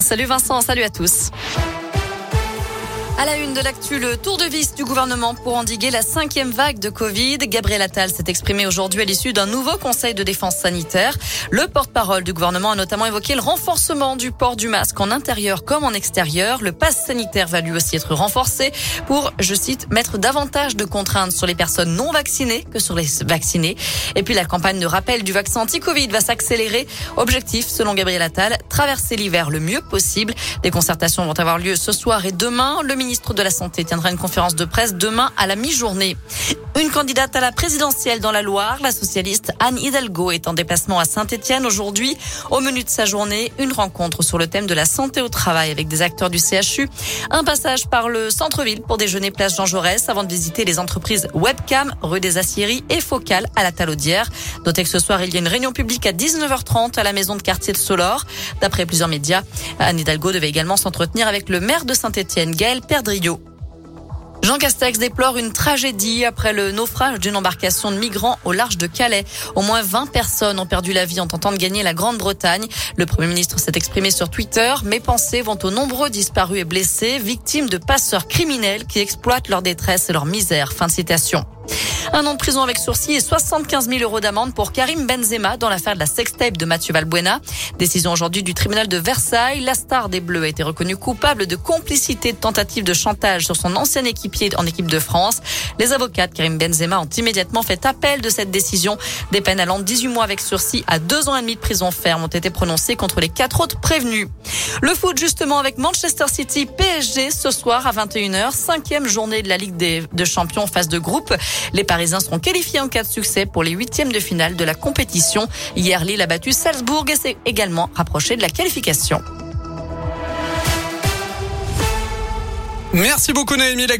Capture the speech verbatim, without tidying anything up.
Salut Vincent, salut à tous. À la une de l'actu, le tour de vis du gouvernement pour endiguer la cinquième vague de Covid. Gabriel Attal s'est exprimé aujourd'hui à l'issue d'un nouveau conseil de défense sanitaire. Le porte-parole du gouvernement a notamment évoqué le renforcement du port du masque en intérieur comme en extérieur. Le pass sanitaire va lui aussi être renforcé pour, je cite, mettre davantage de contraintes sur les personnes non vaccinées que sur les vaccinés. Et puis la campagne de rappel du vaccin anti-Covid va s'accélérer. Objectif, selon Gabriel Attal, traverser l'hiver le mieux possible. Des concertations vont avoir lieu ce soir et demain. Le ministre ministre de la Santé tiendra une conférence de presse demain à la mi-journée. Une candidate à la présidentielle dans la Loire, la socialiste Anne Hidalgo, est en déplacement à Saint-Étienne aujourd'hui. Au menu de sa journée, une rencontre sur le thème de la santé au travail avec des acteurs du C H U. Un passage par le centre-ville pour déjeuner place Jean Jaurès avant de visiter les entreprises Webcam, rue des Aciéries et Focal à la Talaudière. Notez que ce soir, il y a une réunion publique à dix-neuf heures trente à la maison de quartier de Solor. D'après plusieurs médias, Anne Hidalgo devait également s'entretenir avec le maire de Saint-Étienne, Gaël Perdriau. Jean Castex déplore une tragédie après le naufrage d'une embarcation de migrants au large de Calais. Au moins vingt personnes ont perdu la vie en tentant de gagner la Grande-Bretagne. Le Premier ministre s'est exprimé sur Twitter. Mes pensées vont aux nombreux disparus et blessés, victimes de passeurs criminels qui exploitent leur détresse et leur misère. Fin de citation. Un an de prison avec sursis et soixante-quinze mille euros d'amende pour Karim Benzema dans l'affaire de la sextape de Mathieu Valbuena. Décision aujourd'hui du tribunal de Versailles. La star des Bleus a été reconnue coupable de complicité de tentative de chantage sur son ancien équipier en équipe de France. Les avocats de Karim Benzema ont immédiatement fait appel de cette décision. Des peines allant de dix-huit mois avec sursis à deux ans et demi de prison ferme ont été prononcées contre les quatre autres prévenus. Le foot justement avec Manchester City P S G ce soir à vingt et une heures. Cinquième journée de la Ligue des de Champions phase de groupe. Les Parisiens seront qualifiés en cas de succès pour les huitièmes de finale de la compétition. Hier, Lille a battu Salzbourg et s'est également rapproché de la qualification. Merci beaucoup Naomi.